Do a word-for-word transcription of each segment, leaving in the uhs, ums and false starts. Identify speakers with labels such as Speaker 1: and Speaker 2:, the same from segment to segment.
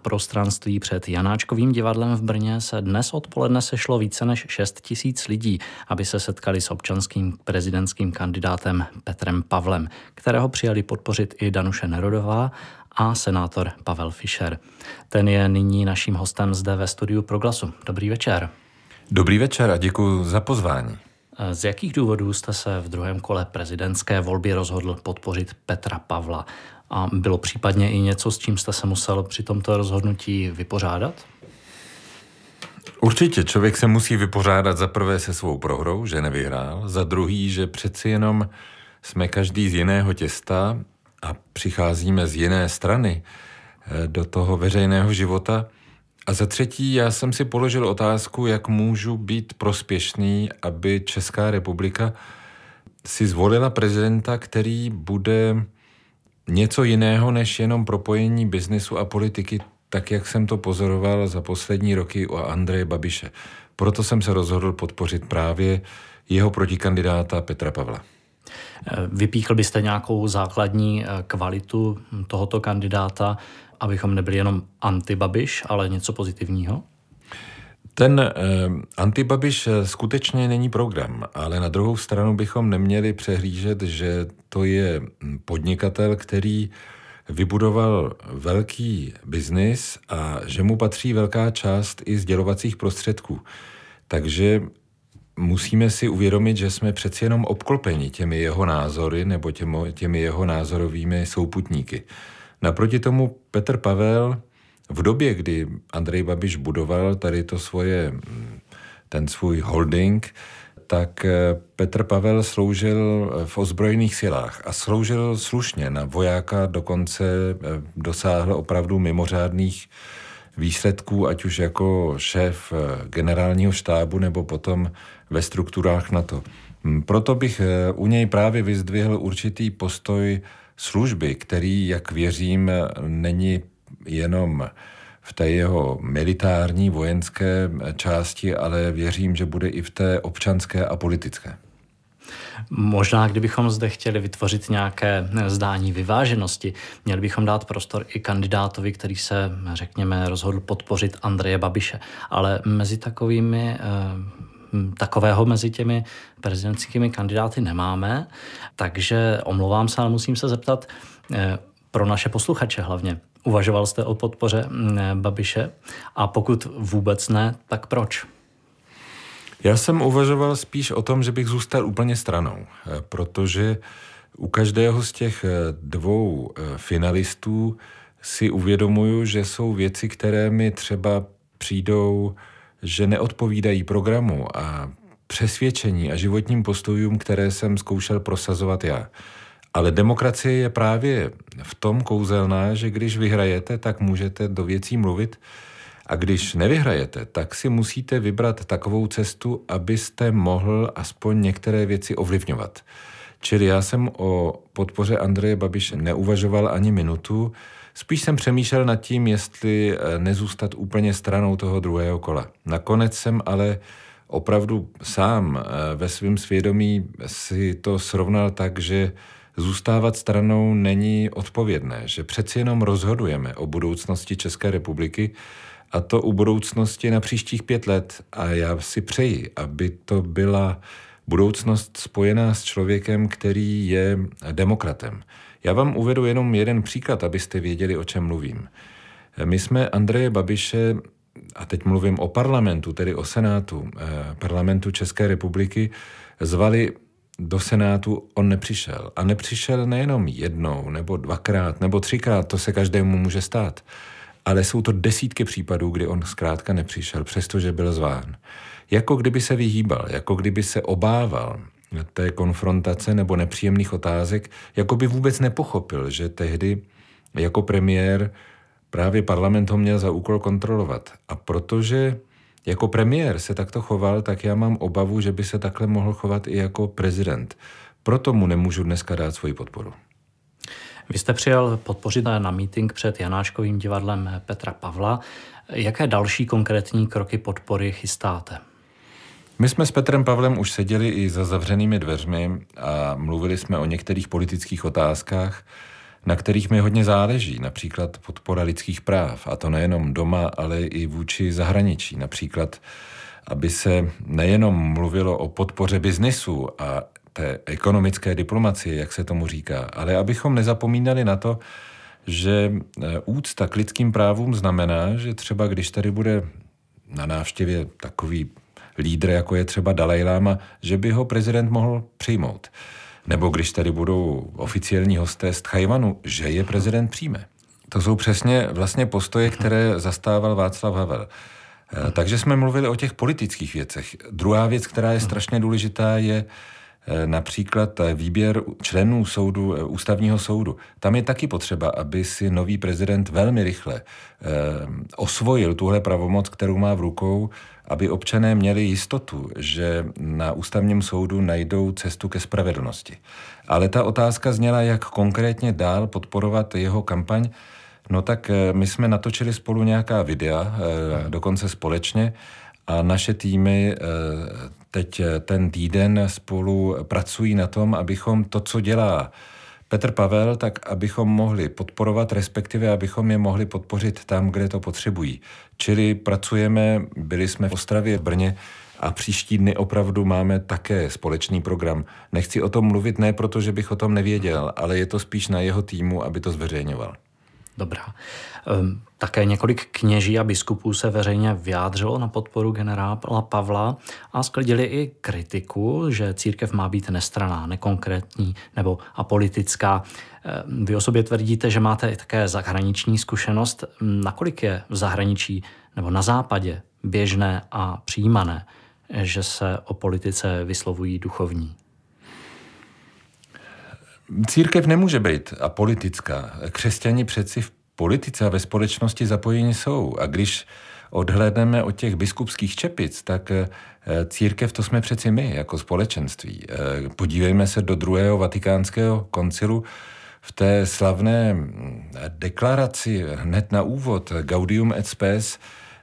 Speaker 1: prostranství před Janáčkovým divadlem v Brně se dnes odpoledne sešlo více než šest tisíc lidí, aby se setkali s občanským prezidentským kandidátem Petrem Pavlem, kterého přijali podpořit i Danuše Nerudová a senátor Pavel Fischer. Ten je nyní naším hostem zde ve studiu Proglasu. Dobrý večer.
Speaker 2: Dobrý večer a děkuji za pozvání.
Speaker 1: Z jakých důvodů jste se v druhém kole prezidentské volby rozhodl podpořit Petra Pavla? A bylo případně i něco, s čím jste se musel při tomto rozhodnutí vypořádat?
Speaker 2: Určitě, člověk se musí vypořádat za prvé se svou prohrou, že nevyhrál, za druhý, že přeci jenom jsme každý z jiného těsta a přicházíme z jiné strany do toho veřejného života. A za třetí, já jsem si položil otázku, jak můžu být prospěšný, aby Česká republika si zvolila prezidenta, který bude něco jiného než jenom propojení biznesu a politiky, tak jak jsem to pozoroval za poslední roky u Andreje Babiše. Proto jsem se rozhodl podpořit právě jeho protikandidáta Petra Pavla.
Speaker 1: Vypíchl byste nějakou základní kvalitu tohoto kandidáta, abychom nebyli jenom anti-Babiš, ale něco pozitivního?
Speaker 2: Ten eh, anti-Babiš skutečně není program, ale na druhou stranu bychom neměli přehlížet, že to je podnikatel, který vybudoval velký biznis a že mu patří velká část i sdělovacích prostředků. Takže musíme si uvědomit, že jsme přeci jenom obklopeni těmi jeho názory nebo těmi, těmi jeho názorovými souputníky. Naproti tomu Petr Pavel v době, kdy Andrej Babiš budoval tady to svoje, ten svůj holding, tak Petr Pavel sloužil v ozbrojených silách a sloužil slušně. Na vojáka dokonce dosáhl opravdu mimořádných výsledků, ať už jako šéf generálního štábu nebo potom ve strukturách NATO. Proto bych u něj právě vyzdvihl určitý postoj služby, který, jak věřím, není jenom v té jeho militární vojenské části, ale věřím, že bude i v té občanské a politické.
Speaker 1: Možná, kdybychom zde chtěli vytvořit nějaké zdání vyváženosti, měli bychom dát prostor i kandidátovi, který se, řekněme, rozhodl podpořit Andreje Babiše. Ale mezi takovými, takového mezi těmi prezidentskými kandidáty nemáme, takže omlouvám se, ale musím se zeptat pro naše posluchače hlavně. Uvažoval jste o podpoře Babiše? A pokud vůbec ne, tak proč?
Speaker 2: Já jsem uvažoval spíš o tom, že bych zůstal úplně stranou, protože u každého z těch dvou finalistů si uvědomuju, že jsou věci, které mi třeba přijdou, že neodpovídají programu a přesvědčení a životním postojům, které jsem zkoušel prosazovat já. Ale demokracie je právě v tom kouzelná, že když vyhrajete, tak můžete do věcí mluvit a když nevyhrajete, tak si musíte vybrat takovou cestu, abyste mohl aspoň některé věci ovlivňovat. Čili já jsem o podpoře Andreje Babiše neuvažoval ani minutu, spíš jsem přemýšlel nad tím, jestli nezůstat úplně stranou toho druhého kola. Nakonec jsem ale opravdu sám ve svém svědomí si to srovnal tak, že zůstávat stranou není odpovědné, že přeci jenom rozhodujeme o budoucnosti České republiky a to u budoucnosti na příštích pět let. A já si přeji, aby to byla budoucnost spojená s člověkem, který je demokratem. Já vám uvedu jenom jeden příklad, abyste věděli, o čem mluvím. My jsme Andreje Babiše, a teď mluvím o parlamentu, tedy o Senátu, parlamentu České republiky, zvali do Senátu, on nepřišel. A nepřišel nejenom jednou, nebo dvakrát, nebo třikrát, to se každému může stát. Ale jsou to desítky případů, kdy on zkrátka nepřišel, přestože byl zván. Jako kdyby se vyhýbal, jako kdyby se obával té konfrontace nebo nepříjemných otázek, jako by vůbec nepochopil, že tehdy jako premiér právě parlament ho měl za úkol kontrolovat. A protože jako premiér se takto choval, tak já mám obavu, že by se takhle mohl chovat i jako prezident. Proto mu nemůžu dneska dát svoji podporu.
Speaker 1: Vy jste přijel podpořit na mítink před Janáčkovým divadlem Petra Pavla. Jaké další konkrétní kroky podpory chystáte?
Speaker 2: My jsme s Petrem Pavlem už seděli i za zavřenými dveřmi a mluvili jsme o některých politických otázkách. na kterých mi hodně záleží, například podpora lidských práv, a to nejenom doma, ale i vůči zahraničí. Například, aby se nejenom mluvilo o podpoře biznisu a té ekonomické diplomacie, jak se tomu říká, ale abychom nezapomínali na to, že úcta k lidským právům znamená, že třeba když tady bude na návštěvě takový lídr, jako je třeba Dalaj Lama, že by ho prezident mohl přijmout. Nebo když tady budou oficiální hosté z Tchajwanu, že je prezident přijme. To jsou přesně vlastně postoje, které zastával Václav Havel. Takže jsme mluvili o těch politických věcech. Druhá věc, která je strašně důležitá, je například výběr členů soudu, ústavního soudu. Tam je taky potřeba, aby si nový prezident velmi rychle eh, osvojil tuhle pravomoc, kterou má v rukou, aby občané měli jistotu, že na ústavním soudu najdou cestu ke spravedlnosti. Ale ta otázka zněla, jak konkrétně dál podporovat jeho kampaň. No tak eh, my jsme natočili spolu nějaká videa, eh, dokonce společně, a naše týmy teď ten týden spolu pracují na tom, abychom to, co dělá Petr Pavel, tak abychom mohli podporovat, respektive abychom je mohli podpořit tam, kde to potřebují. Čili pracujeme, byli jsme v Ostravě, v Brně a příští dny opravdu máme také společný program. Nechci o tom mluvit, ne proto, že bych o tom nevěděl, ale je to spíš na jeho týmu, aby to zveřejňoval.
Speaker 1: Dobrá. Také několik kněží a biskupů se veřejně vyjádřilo na podporu generála Pavla a sklidili i kritiku, že církev má být nestranná, nekonkrétní nebo apolitická. Vy o sobě tvrdíte, že máte i také zahraniční zkušenost. Nakolik je v zahraničí nebo na západě běžné a přijímané, že se o politice vyslovují duchovní?
Speaker 2: Církev nemůže být apolitická. Křesťani přeci v politice a ve společnosti zapojení jsou. A když odhlédneme od těch biskupských čepic, tak církev to jsme přeci my jako společenství. Podívejme se do druhého vatikánského koncilu. V té slavné deklaraci hned na úvod Gaudium et Spes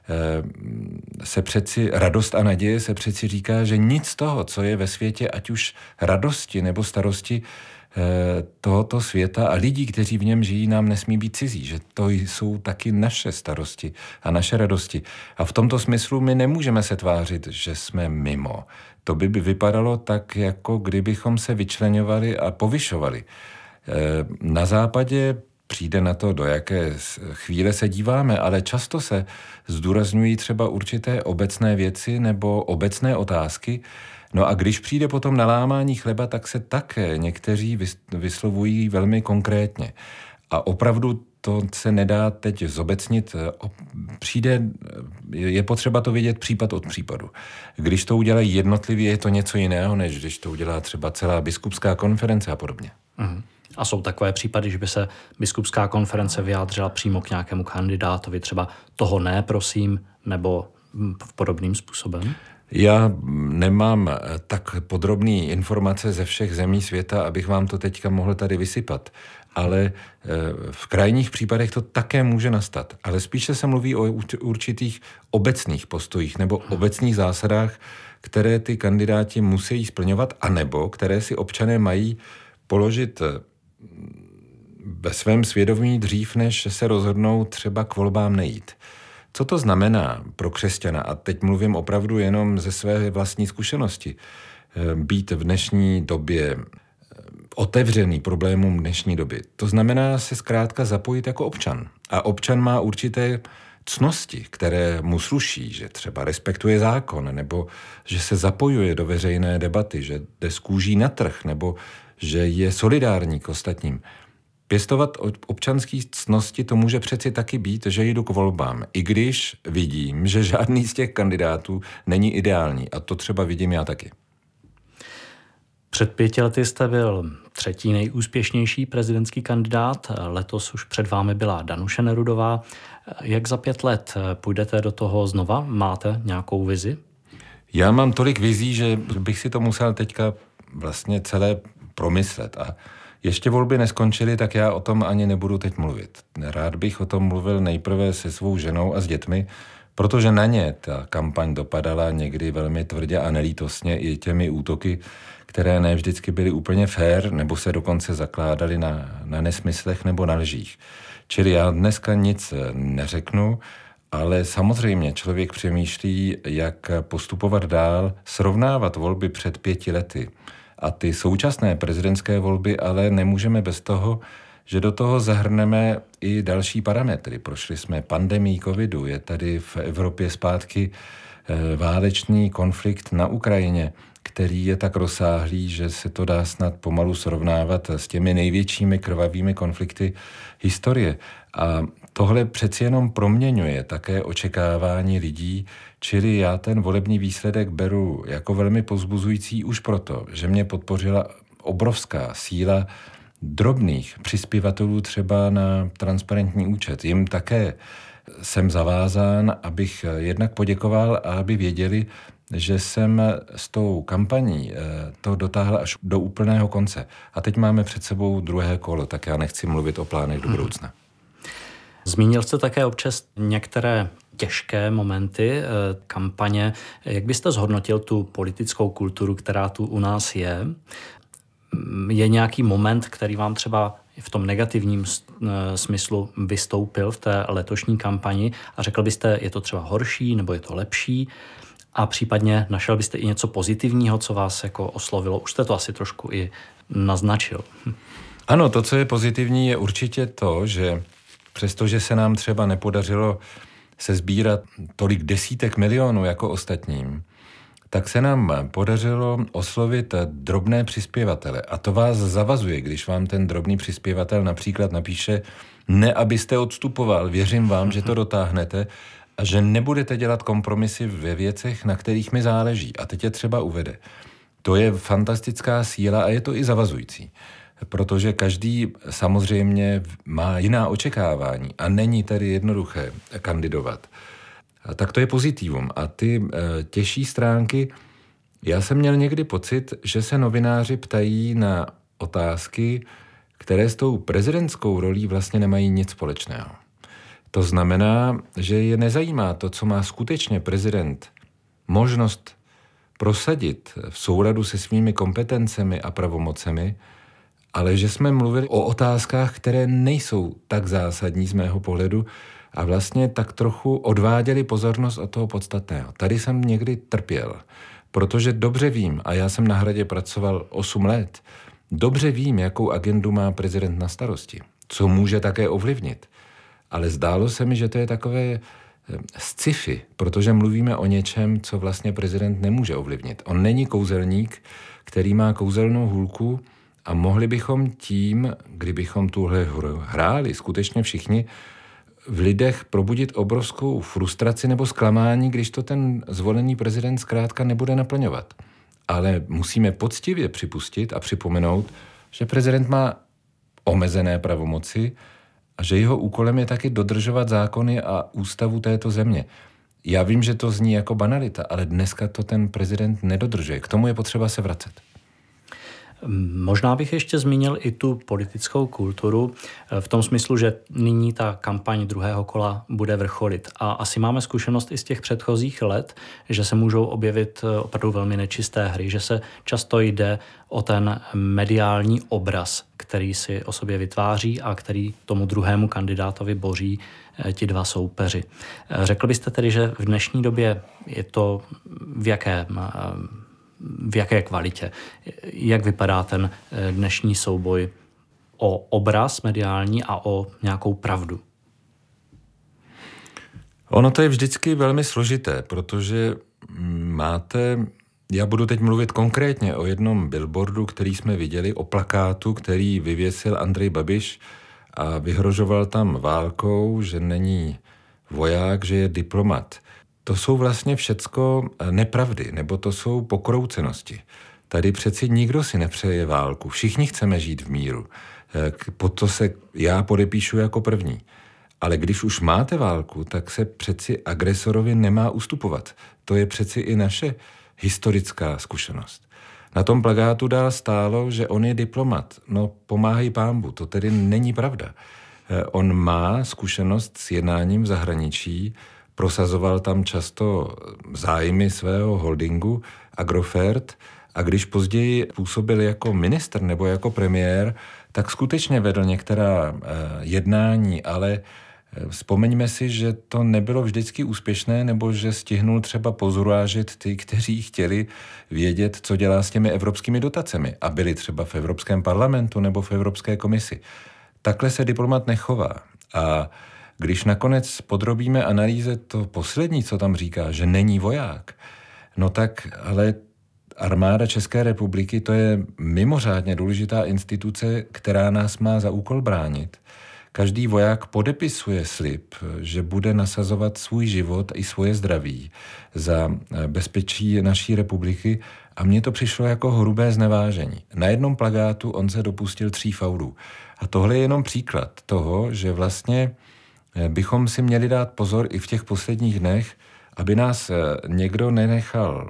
Speaker 2: se přeci, radost a naděje se přeci říká, že nic z toho, co je ve světě, ať už radosti nebo starosti, tohoto světa a lidí, kteří v něm žijí, nám nesmí být cizí, že to jsou taky naše starosti a naše radosti. A v tomto smyslu my nemůžeme se tvářit, že jsme mimo. To by, by vypadalo tak, jako kdybychom se vyčleňovali a povyšovali. Na západě přijde na to, do jaké chvíle se díváme, ale často se zdůrazňují třeba určité obecné věci nebo obecné otázky. No a když přijde potom na lámání chleba, tak se také někteří vyslovují velmi konkrétně. A opravdu to se nedá teď zobecnit. Přijde, je potřeba to vědět případ od případu. Když to udělají jednotlivě, je to něco jiného, než když to udělá třeba celá biskupská konference a podobně.
Speaker 1: Mhm. A jsou takové případy, že by se biskupská konference vyjádřila přímo k nějakému kandidátovi, třeba toho ne, prosím, nebo podobným způsobem?
Speaker 2: Já nemám tak podrobné informace ze všech zemí světa, abych vám to teďka mohl tady vysypat. Ale v krajních případech to také může nastat. Ale spíše se mluví o určitých obecných postojích nebo obecných zásadách, které ty kandidáti musí splňovat, anebo které si občané mají položit ve svém svědomí dřív, než se rozhodnou třeba k volbám nejít. Co to znamená pro křesťana? A teď mluvím opravdu jenom ze své vlastní zkušenosti. Být v dnešní době otevřený problémům dnešní doby. To znamená se zkrátka zapojit jako občan. A občan má určité ctnosti, které mu sluší, že třeba respektuje zákon, nebo že se zapojuje do veřejné debaty, že jde z kůží na trh, nebo že je solidární k ostatním. Pěstovat občanské ctnosti to může přeci taky být, že jdu k volbám, i když vidím, že žádný z těch kandidátů není ideální. A to třeba vidím já taky.
Speaker 1: Před pěti lety jste byl třetí nejúspěšnější prezidentský kandidát. Letos už před vámi byla Danuše Nerudová. Jak za pět let půjdete do toho znova? Máte nějakou vizi?
Speaker 2: Já mám tolik vizí, že bych si to musel teďka vlastně celé promyslet. A ještě volby neskončily, tak já o tom ani nebudu teď mluvit. Rád bych o tom mluvil nejprve se svou ženou a s dětmi, protože na ně ta kampaň dopadala někdy velmi tvrdě a nelítostně i těmi útoky, které ne vždycky byly úplně fair, nebo se dokonce zakládaly na, na nesmyslech nebo na lžích. Čili já dneska nic neřeknu, ale samozřejmě člověk přemýšlí, jak postupovat dál, srovnávat volby před pěti lety. A ty současné prezidentské volby ale nemůžeme bez toho, že do toho zahrneme i další parametry. Prošli jsme pandemii covidu, je tady v Evropě zpátky válečný konflikt na Ukrajině, který je tak rozsáhlý, že se to dá snad pomalu srovnávat s těmi největšími krvavými konflikty historie. A tohle přeci jenom proměňuje také očekávání lidí, čili já ten volební výsledek beru jako velmi povzbuzující už proto, že mě podpořila obrovská síla drobných přispěvatelů třeba na transparentní účet. Jim také jsem zavázán, abych jednak poděkoval a aby věděli, že jsem s tou kampaní to dotáhl až do úplného konce. A teď máme před sebou druhé kolo, tak já nechci mluvit o plánech do budoucna.
Speaker 1: Zmínil jste také občas některé těžké momenty kampaně. Jak byste zhodnotil tu politickou kulturu, která tu u nás je? Je nějaký moment, který vám třeba v tom negativním smyslu vystoupil v té letošní kampani a řekl byste, je to třeba horší nebo je to lepší? A případně našel byste i něco pozitivního, co vás jako oslovilo? Už jste to asi trošku i naznačil.
Speaker 2: Ano, to, co je pozitivní, je určitě to, že přestože se nám třeba nepodařilo se sbírat tolik desítek milionů jako ostatním, tak se nám podařilo oslovit drobné přispěvatele. A to vás zavazuje, když vám ten drobný přispěvatel například napíše, ne abyste odstupoval, věřím vám, že to dotáhnete a že nebudete dělat kompromisy ve věcech, na kterých mi záleží. A teď je třeba uvede. To je fantastická síla a je to i zavazující. Protože každý samozřejmě má jiná očekávání a není tady jednoduché kandidovat. A tak to je pozitivum. A ty e, těžší stránky, já jsem měl někdy pocit, že se novináři ptají na otázky, které s tou prezidentskou rolí vlastně nemají nic společného. To znamená, že je nezajímá to, co má skutečně prezident možnost prosadit v souladu se svými kompetencemi a pravomocemi, ale že jsme mluvili o otázkách, které nejsou tak zásadní z mého pohledu a vlastně tak trochu odváděli pozornost od toho podstatného. Tady jsem někdy trpěl, protože dobře vím, a já jsem na Hradě pracoval osm let, dobře vím, jakou agendu má prezident na starosti, co může také ovlivnit. Ale zdálo se mi, že to je takové sci-fi, protože mluvíme o něčem, co vlastně prezident nemůže ovlivnit. On není kouzelník, který má kouzelnou hůlku a mohli bychom tím, kdybychom tuhle hru hráli skutečně všichni, v lidech probudit obrovskou frustraci nebo zklamání, když to ten zvolený prezident zkrátka nebude naplňovat. Ale musíme poctivě připustit a připomenout, že prezident má omezené pravomoci a že jeho úkolem je taky dodržovat zákony a ústavu této země. Já vím, že to zní jako banalita, ale dneska to ten prezident nedodržuje. K tomu je potřeba se vracet.
Speaker 1: Možná bych ještě zmínil i tu politickou kulturu v tom smyslu, že nyní ta kampaň druhého kola bude vrcholit. A asi máme zkušenost i z těch předchozích let, že se můžou objevit opravdu velmi nečisté hry, že se často jde o ten mediální obraz, který si o sobě vytváří a který tomu druhému kandidátovi boří ti dva soupeři. Řekl byste tedy, že v dnešní době je to v jaké v jaké kvalitě? Jak vypadá ten dnešní souboj o obraz mediální a o nějakou pravdu?
Speaker 2: Ono to je vždycky velmi složité, protože máte, já budu teď mluvit konkrétně o jednom billboardu, který jsme viděli, o plakátu, který vyvěsil Andrej Babiš a vyhrožoval tam válkou, že není voják, že je diplomat. To jsou vlastně všecko nepravdy, nebo to jsou pokroucenosti. Tady přeci nikdo si nepřeje válku. Všichni chceme žít v míru. Pod to se já podepíšu jako první. Ale když už máte válku, tak se přeci agresorovi nemá ustupovat. To je přeci i naše historická zkušenost. Na tom plakátu dál stálo, že on je diplomat. No, pomáhají pánbu. To tedy není pravda. On má zkušenost s jednáním v zahraničí, prosazoval tam často zájmy svého holdingu Agrofert a když později působil jako ministr nebo jako premiér, tak skutečně vedl některá jednání, ale vzpomeňme si, že to nebylo vždycky úspěšné, nebo že stihnul třeba pozurážet ty, kteří chtěli vědět, co dělá s těmi evropskými dotacemi a byli třeba v Evropském parlamentu nebo v Evropské komisi. Takhle se diplomat nechová. A když nakonec podrobíme analýze to poslední, co tam říká, že není voják, no tak ale armáda České republiky to je mimořádně důležitá instituce, která nás má za úkol bránit. Každý voják podepisuje slib, že bude nasazovat svůj život i svoje zdraví za bezpečí naší republiky a mně to přišlo jako hrubé znevážení. Na jednom plakátu on se dopustil tří faulů. A tohle je jenom příklad toho, že vlastně bychom si měli dát pozor i v těch posledních dnech, aby nás někdo nenechal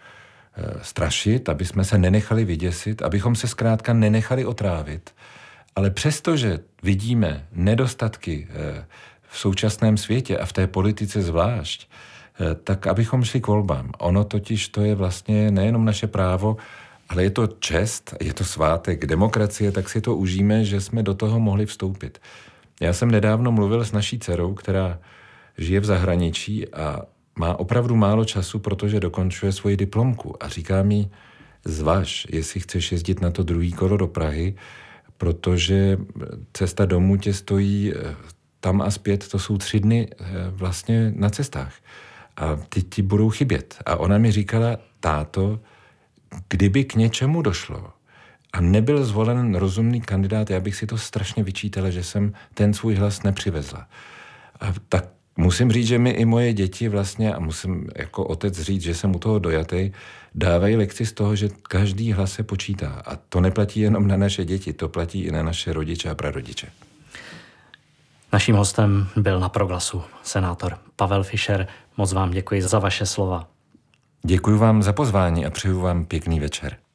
Speaker 2: strašit, aby jsme se nenechali vyděsit, abychom se zkrátka nenechali otrávit. Ale přestože vidíme nedostatky v současném světě a v té politice zvlášť, tak abychom šli k volbám. Ono totiž to je vlastně nejenom naše právo, ale je to čest, je to svátek demokracie, tak si to užijeme, že jsme do toho mohli vstoupit. Já jsem nedávno mluvil s naší dcerou, která žije v zahraničí a má opravdu málo času, protože dokončuje svoji diplomku a říká mi, zvaž, jestli chceš jezdit na to druhý kolo do Prahy, protože cesta domů tě stojí tam a zpět, to jsou tři dny vlastně na cestách. A ty ti budou chybět. A ona mi říkala, táto, kdyby k něčemu došlo a nebyl zvolen rozumný kandidát, já bych si to strašně vyčítala, že jsem ten svůj hlas nepřivezla. A tak musím říct, že mi i moje děti vlastně, a musím jako otec říct, že jsem u toho dojatý, dávají lekci z toho, že každý hlas se počítá. A to neplatí jenom na naše děti, to platí i na naše rodiče a prarodiče.
Speaker 1: Naším hostem byl na Proglasu senátor Pavel Fischer. Moc vám děkuji za vaše slova.
Speaker 2: Děkuji vám za pozvání a přeju vám pěkný večer.